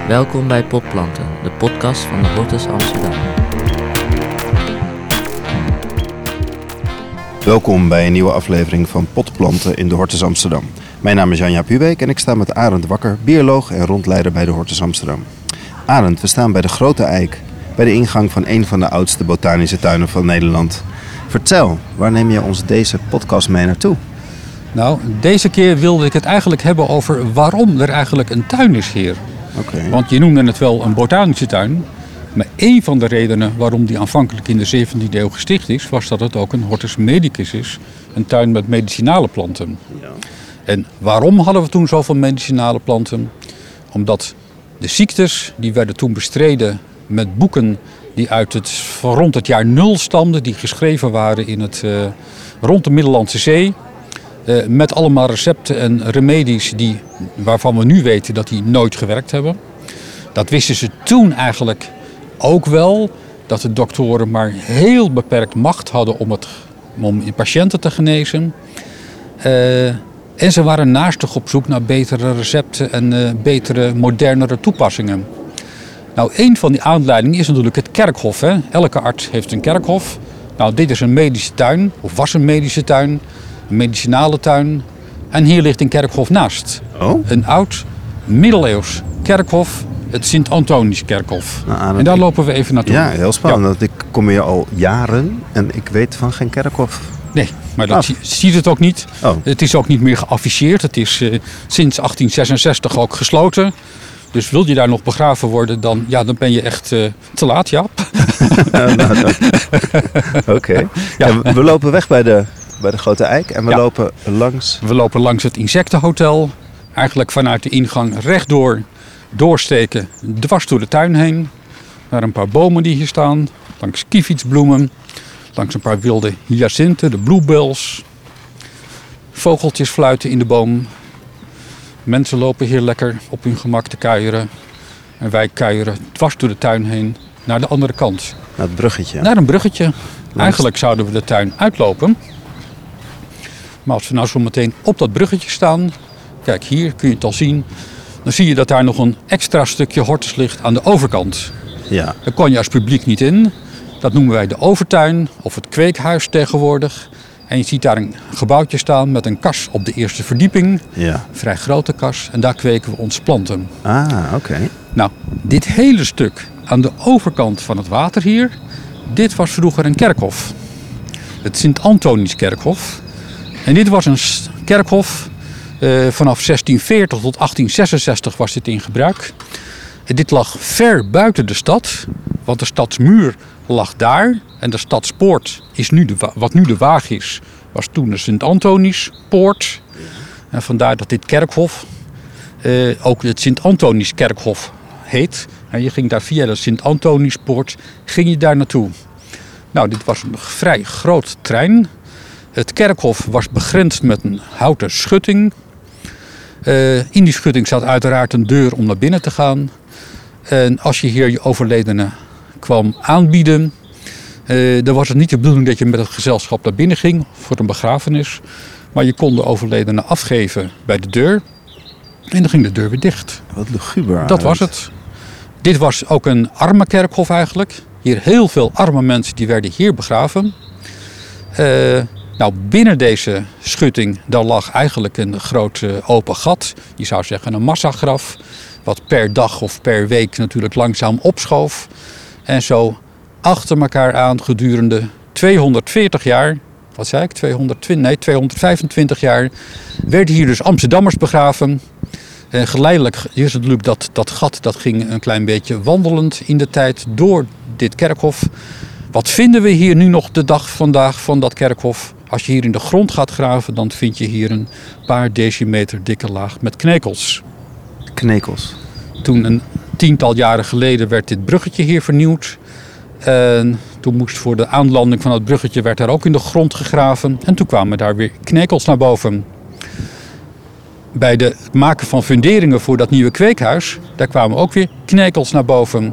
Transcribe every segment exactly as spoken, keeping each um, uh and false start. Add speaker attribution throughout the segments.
Speaker 1: Welkom bij Potplanten, de podcast van de Hortus Amsterdam.
Speaker 2: Welkom bij een nieuwe aflevering van Potplanten in de Hortus Amsterdam. Mijn naam is Jan-Jaap Hubeek en ik sta met Arend Wakker, bioloog en rondleider bij de Hortus Amsterdam. Arend, we staan bij de Grote Eik, bij de ingang van een van de oudste botanische tuinen van Nederland. Vertel, waar neem je ons deze podcast mee naartoe?
Speaker 3: Nou, deze keer wilde ik het eigenlijk hebben over waarom er eigenlijk een tuin is hier.
Speaker 2: Okay.
Speaker 3: Want je noemde het wel een botanische tuin. Maar één van de redenen waarom die aanvankelijk in de zeventiende eeuw gesticht is, was dat het ook een hortus medicus is. Een tuin met medicinale planten.
Speaker 2: Ja.
Speaker 3: En waarom hadden we toen zoveel medicinale planten? Omdat de ziektes, die werden toen bestreden met boeken die uit het, van rond het jaar nul stamden, die geschreven waren in het, uh, rond de Middellandse Zee. Uh, met allemaal recepten en remedies die, waarvan we nu weten dat die nooit gewerkt hebben. Dat wisten ze toen eigenlijk ook wel. Dat de doktoren maar heel beperkt macht hadden om, het, om patiënten te genezen. Uh, en ze waren naastig op zoek naar betere recepten en uh, betere, modernere toepassingen. Nou, een van die aanleidingen is natuurlijk het kerkhof. Hè? Elke arts heeft een kerkhof. Nou, dit is een medische tuin, of was een medische tuin. Een medicinale tuin. En hier ligt een kerkhof naast.
Speaker 2: Oh?
Speaker 3: Een oud, middeleeuws kerkhof, het Sint-Antoniuskerkhof.
Speaker 2: Nou,
Speaker 3: en daar ik... lopen we even naartoe.
Speaker 2: Ja, heel spannend.
Speaker 3: Ja.
Speaker 2: Want ik kom hier al jaren en ik weet van geen kerkhof.
Speaker 3: Nee, maar dat
Speaker 2: Ah.
Speaker 3: zie, ziet het ook niet.
Speaker 2: Oh.
Speaker 3: Het is ook niet meer geafficheerd. Het is uh, sinds achttien zesenzestig ook gesloten. Dus wil je daar nog begraven worden, dan, ja, dan ben je echt uh, te laat, Jaap.
Speaker 2: nou, Oké. Okay.
Speaker 3: Ja.
Speaker 2: Ja, we lopen weg bij de... Bij de Grote Eik en we ja. lopen langs...
Speaker 3: We lopen langs het insectenhotel. Eigenlijk vanuit de ingang rechtdoor doorsteken, dwars door de tuin heen. Naar een paar bomen die hier staan. Langs kievietsbloemen. Langs een paar wilde hyacinten, de bluebells. Vogeltjes fluiten in de boom. Mensen lopen hier lekker op hun gemak te kuieren. En wij kuieren dwars door de tuin heen naar de andere kant.
Speaker 2: Naar het bruggetje.
Speaker 3: Naar een bruggetje. Langs... Eigenlijk zouden we de tuin uitlopen. Maar als we nou zo meteen op dat bruggetje staan, kijk hier kun je het al zien, dan zie je dat daar nog een extra stukje hortus ligt aan de overkant.
Speaker 2: Ja.
Speaker 3: Daar kon je als publiek niet in. Dat noemen wij de overtuin of het kweekhuis tegenwoordig. En je ziet daar een gebouwtje staan met een kas op de eerste verdieping.
Speaker 2: Ja.
Speaker 3: Een vrij grote kas en daar kweken we onze planten.
Speaker 2: Ah, oké. Okay.
Speaker 3: Nou, dit hele stuk aan de overkant van het water hier, dit was vroeger een kerkhof. Het Sint-Antoniuskerkhof. En dit was een kerkhof. Uh, vanaf zestien veertig tot achttien zesenzestig was dit in gebruik. En dit lag ver buiten de stad. Want de stadsmuur lag daar. En de stadspoort, is nu de, wat nu de Waag is, was toen de Sint-Antoniuspoort. En vandaar dat dit kerkhof uh, ook het Sint-Antoniuskerkhof heet. En je ging daar via de Sint-Antoniuspoort ging je daar naartoe. Nou, dit was een vrij groot trein. Het kerkhof was begrensd met een houten schutting. Uh, in die schutting zat uiteraard een deur om naar binnen te gaan. En als je hier je overledene kwam aanbieden, uh, dan was het niet de bedoeling dat je met het gezelschap naar binnen ging voor een begrafenis. Maar je kon de overledene afgeven bij de deur. En dan ging de deur weer dicht.
Speaker 2: Wat luguber.
Speaker 3: Dat was het. Dit was ook een arme kerkhof eigenlijk. Hier heel veel arme mensen die werden hier begraven. Uh, Nou, binnen deze schutting daar lag eigenlijk een groot uh, open gat. Je zou zeggen een massagraf. Wat per dag of per week natuurlijk langzaam opschoof. En zo achter elkaar aan gedurende tweehonderdveertig jaar... Wat zei ik? tweehonderdtwintig, nee, tweehonderdvijfentwintig jaar werden hier dus Amsterdammers begraven. En geleidelijk is het natuurlijk dat, dat gat dat ging een klein beetje wandelend in de tijd door dit kerkhof. Wat vinden we hier nu nog de dag vandaag van dat kerkhof? Als je hier in de grond gaat graven, dan vind je hier een paar decimeter dikke laag met knekels.
Speaker 2: Knekels?
Speaker 3: Toen een tiental jaren geleden werd dit bruggetje hier vernieuwd. En toen moest voor de aanlanding van het bruggetje werd daar ook in de grond gegraven. En toen kwamen daar weer knekels naar boven. Bij de, het maken van funderingen voor dat nieuwe kweekhuis, daar kwamen ook weer knekels naar boven.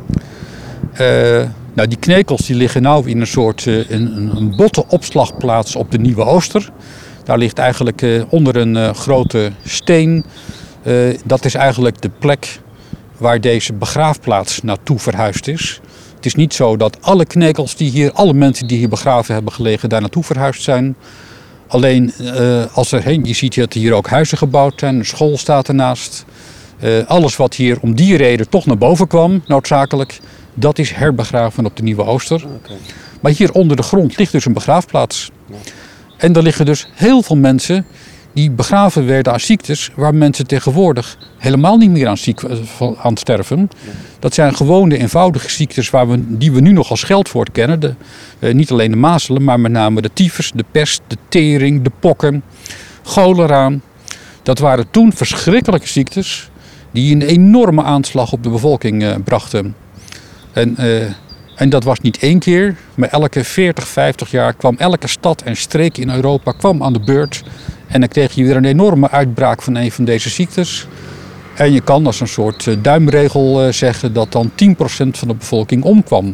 Speaker 3: Uh, Nou, die knekels die liggen nou in een soort uh, een, een botte opslagplaats op de Nieuwe Ooster. Daar ligt eigenlijk uh, onder een uh, grote steen. Uh, dat is eigenlijk de plek waar deze begraafplaats naartoe verhuisd is. Het is niet zo dat alle knekels die hier, alle mensen die hier begraven hebben gelegen, daar naartoe verhuisd zijn. Alleen uh, als er heen, je ziet dat hier ook huizen gebouwd zijn, een school staat ernaast. Uh, alles wat hier om die reden toch naar boven kwam, noodzakelijk, dat is herbegraven op de Nieuwe Ooster. Okay. Maar hier onder de grond ligt dus een begraafplaats. Ja. En er liggen dus heel veel mensen die begraven werden aan ziektes waar mensen tegenwoordig helemaal niet meer aan, ziek, aan sterven. Ja. Dat zijn gewone eenvoudige ziektes waar we, die we nu nog als scheldwoord kennen. De, uh, niet alleen de mazelen, maar met name de tyfus, de pest, de tering, de pokken, cholera. Dat waren toen verschrikkelijke ziektes die een enorme aanslag op de bevolking uh, brachten. En, uh, en dat was niet één keer, maar elke veertig, vijftig jaar kwam elke stad en streek in Europa kwam aan de beurt. En dan kreeg je weer een enorme uitbraak van een van deze ziektes. En je kan als een soort uh, duimregel uh, zeggen dat dan tien procent van de bevolking omkwam.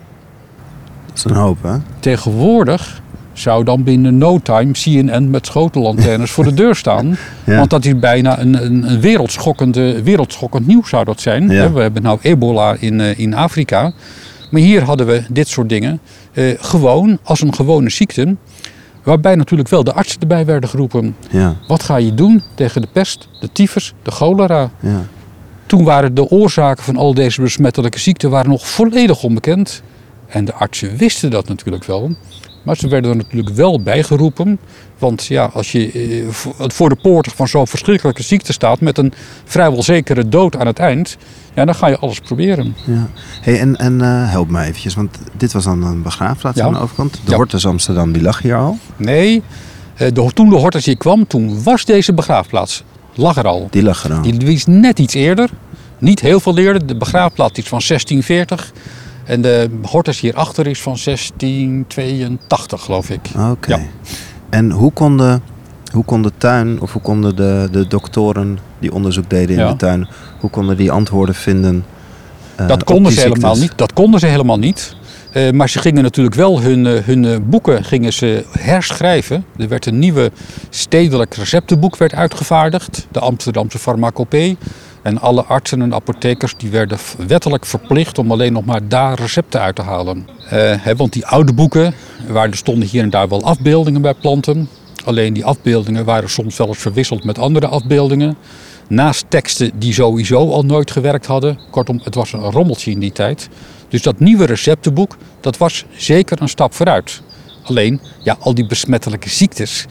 Speaker 2: Dat is een hoop, hè?
Speaker 3: Tegenwoordig zou dan binnen no time C N N met schotellanternes voor de deur staan. Ja. Want dat is bijna een, een, een wereldschokkende, wereldschokkend nieuws zou dat zijn. Ja. We hebben nou ebola in, in Afrika. Maar hier hadden we dit soort dingen uh, gewoon als een gewone ziekte. Waarbij natuurlijk wel de artsen erbij werden geroepen. Ja. Wat ga je doen tegen de pest, de tyfus, de cholera? Ja. Toen waren de oorzaken van al deze besmettelijke ziekten waren nog volledig onbekend. En de artsen wisten dat natuurlijk wel. Maar ze werden er natuurlijk wel bijgeroepen. Want ja, als je eh, voor de poorten van zo'n verschrikkelijke ziekte staat met een vrijwel zekere dood aan het eind, ja, dan ga je alles proberen.
Speaker 2: Ja. Hey, en en uh, help me eventjes, want dit was dan een begraafplaats ja. aan de overkant. De ja. Hortus Amsterdam, die lag hier al?
Speaker 3: Nee, de, toen de Hortus hier kwam, toen was deze begraafplaats. Lag er al.
Speaker 2: Die lag er al.
Speaker 3: Die is net iets eerder. Niet heel veel eerder. De begraafplaats is van zestien veertig. En de Hortus hierachter is van zestien tweeëntachtig, geloof ik.
Speaker 2: Oké. Okay. Ja. En hoe kon, de, hoe kon de tuin, of hoe konden de, de doktoren die onderzoek deden in ja. de tuin, hoe konden die antwoorden vinden? Uh,
Speaker 3: dat konden ze helemaal niet. Dat konden ze helemaal niet. Uh, maar ze gingen natuurlijk wel hun, uh, hun uh, boeken gingen ze herschrijven. Er werd een nieuwe stedelijk receptenboek werd uitgevaardigd, de Amsterdamse Farmacopee. En alle artsen en apothekers die werden wettelijk verplicht om alleen nog maar daar recepten uit te halen. Uh, hè, want die oude boeken, waar er stonden hier en daar wel afbeeldingen bij planten. Alleen die afbeeldingen waren soms wel eens verwisseld met andere afbeeldingen. Naast teksten die sowieso al nooit gewerkt hadden. Kortom, het was een rommeltje in die tijd. Dus dat nieuwe receptenboek, dat was zeker een stap vooruit. Alleen, ja, al die besmettelijke ziektes,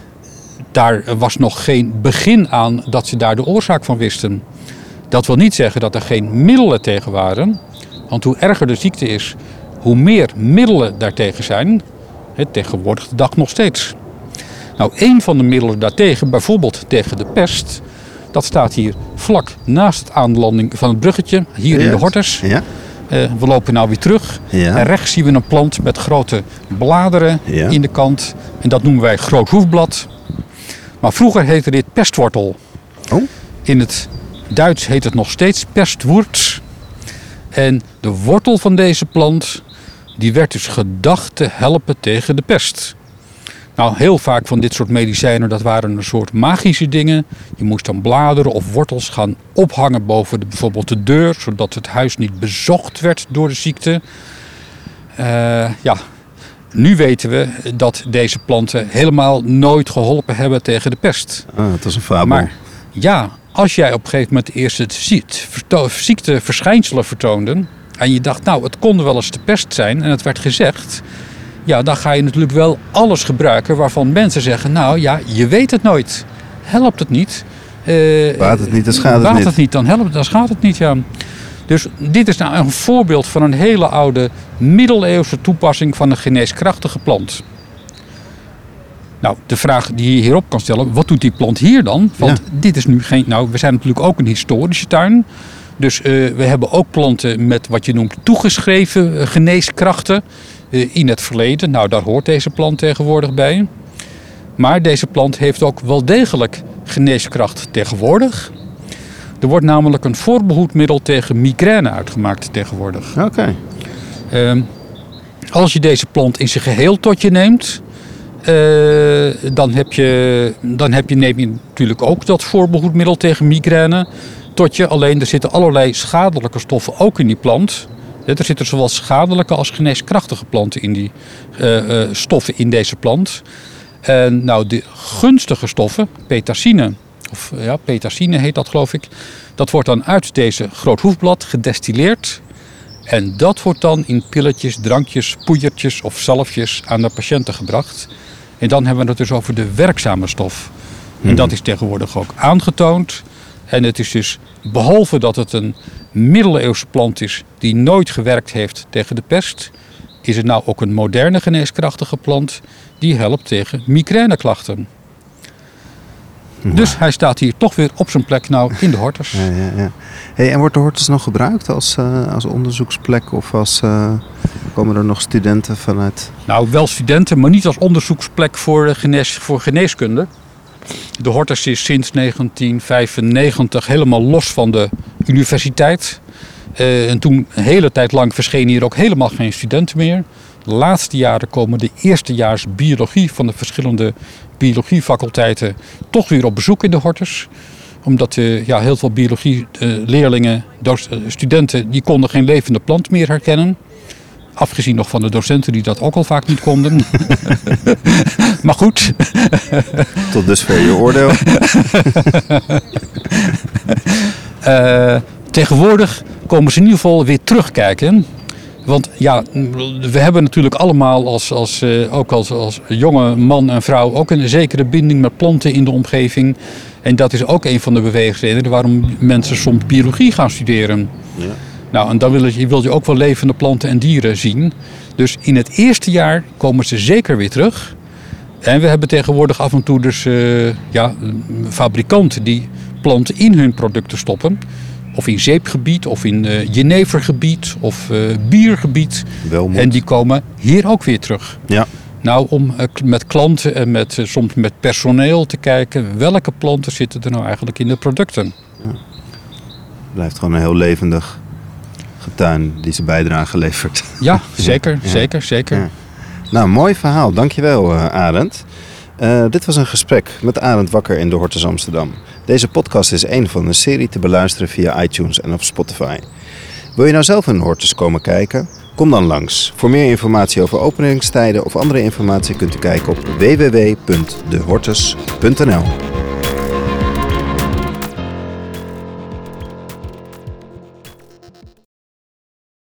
Speaker 3: daar was nog geen begin aan dat ze daar de oorzaak van wisten. Dat wil niet zeggen dat er geen middelen tegen waren. Want hoe erger de ziekte is, hoe meer middelen daartegen zijn. Het tegenwoordig de dag nog steeds. Nou, een van de middelen daartegen, bijvoorbeeld tegen de pest, dat staat hier vlak naast het aanlanding van het bruggetje, hier in de Hortus. Ja. Uh, we lopen nou weer terug. Ja. En rechts zien we een plant met grote bladeren ja. in de kant. En dat noemen wij groot hoefblad. Maar vroeger heette dit pestwortel. Oh. In het Duits heet het nog steeds pestwurz. En de wortel van deze plant, die werd dus gedacht te helpen tegen de pest. Nou, heel vaak van dit soort medicijnen, dat waren een soort magische dingen. Je moest dan bladeren of wortels gaan ophangen boven de, bijvoorbeeld de deur, zodat het huis niet bezocht werd door de ziekte. Uh, ja, nu weten we dat deze planten helemaal nooit geholpen hebben tegen de pest.
Speaker 2: Ah, dat is een fabel.
Speaker 3: Maar ja, als jij op een gegeven moment eerst het ziekteverschijnselen vertoonde en je dacht, nou, het kon wel eens de pest zijn en het werd gezegd, ja, dan ga je natuurlijk wel alles gebruiken waarvan mensen zeggen, nou ja, je weet het nooit. Helpt het niet?
Speaker 2: Uh, Baat het niet, dan schaadt het
Speaker 3: baat
Speaker 2: niet.
Speaker 3: het niet, dan helpt het, dan schaadt het niet, ja. Dus dit is nou een voorbeeld van een hele oude middeleeuwse toepassing van een geneeskrachtige plant. Nou, de vraag die je hierop kan stellen, wat doet die plant hier dan? Want ja. dit is nu geen, nou, we zijn natuurlijk ook een historische tuin. Dus uh, we hebben ook planten met wat je noemt toegeschreven uh, geneeskrachten uh, in het verleden. Nou, daar hoort deze plant tegenwoordig bij. Maar deze plant heeft ook wel degelijk geneeskracht tegenwoordig. Er wordt namelijk een voorbehoedmiddel tegen migraine uitgemaakt tegenwoordig.
Speaker 2: Oké. Okay.
Speaker 3: Uh, als je deze plant in zijn geheel tot je neemt, uh, dan, heb je, dan heb je, neem je natuurlijk ook dat voorbehoedmiddel tegen migraine. totje. Alleen er zitten allerlei schadelijke stoffen ook in die plant. Er zitten zowel schadelijke als geneeskrachtige planten in die uh, uh, stoffen in deze plant. En nou, de gunstige stoffen, petacine, of ja, petacine heet dat geloof ik. Dat wordt dan uit deze groothoefblad gedestilleerd. En dat wordt dan in pilletjes, drankjes, poeiertjes of zalfjes aan de patiënten gebracht. En dan hebben we het dus over de werkzame stof. En dat is tegenwoordig ook aangetoond. En het is dus, behalve dat het een middeleeuwse plant is die nooit gewerkt heeft tegen de pest, is het nou ook een moderne geneeskrachtige plant die helpt tegen migraineklachten. Ja. Dus hij staat hier toch weer op zijn plek nou in de hortus.
Speaker 2: Ja, ja, ja. Hey, en wordt de hortus nog gebruikt als, uh, als onderzoeksplek of als, uh, komen er nog studenten vanuit?
Speaker 3: Nou, wel studenten, maar niet als onderzoeksplek voor, genees, voor geneeskunde. De hortus is sinds negentien vijfennegentig helemaal los van de universiteit. Uh, en toen een hele tijd lang verschenen hier ook helemaal geen studenten meer. De laatste jaren komen de eerstejaars biologie van de verschillende biologiefaculteiten toch weer op bezoek in de hortus. Omdat uh, ja, heel veel biologie-leerlingen, uh, studenten, die konden geen levende plant meer herkennen. Afgezien nog van de docenten die dat ook al vaak niet konden. Maar goed.
Speaker 2: Tot dusver je oordeel.
Speaker 3: uh, tegenwoordig komen ze in ieder geval weer terugkijken. Want ja, we hebben natuurlijk allemaal als, als, uh, ook als, als jonge man en vrouw ook een zekere binding met planten in de omgeving. En dat is ook een van de beweegredenen waarom mensen soms biologie gaan studeren. Ja. Nou, en dan wil je, wil je ook wel levende planten en dieren zien. Dus in het eerste jaar komen ze zeker weer terug. En we hebben tegenwoordig af en toe dus uh, ja, fabrikanten die planten in hun producten stoppen. Of in zeepgebied, of in uh, jenevergebied, of uh, biergebied.
Speaker 2: Welmond.
Speaker 3: En die komen hier ook weer terug.
Speaker 2: Ja.
Speaker 3: Nou, om uh, met klanten en met, uh, soms met personeel te kijken welke planten zitten er nou eigenlijk in de producten.
Speaker 2: Ja. Blijft gewoon een heel levendig tuin die ze bijdrage levert.
Speaker 3: Ja, zeker,
Speaker 2: ja.
Speaker 3: zeker, zeker. Ja.
Speaker 2: Nou, mooi verhaal. Dankjewel, uh, Arend. Uh, dit was een gesprek met Arend Wakker in de Hortus Amsterdam. Deze podcast is een van een serie te beluisteren via iTunes en op Spotify. Wil je nou zelf in de Hortus komen kijken? Kom dan langs. Voor meer informatie over openingstijden of andere informatie kunt u kijken op w w w punt de hortus punt n l.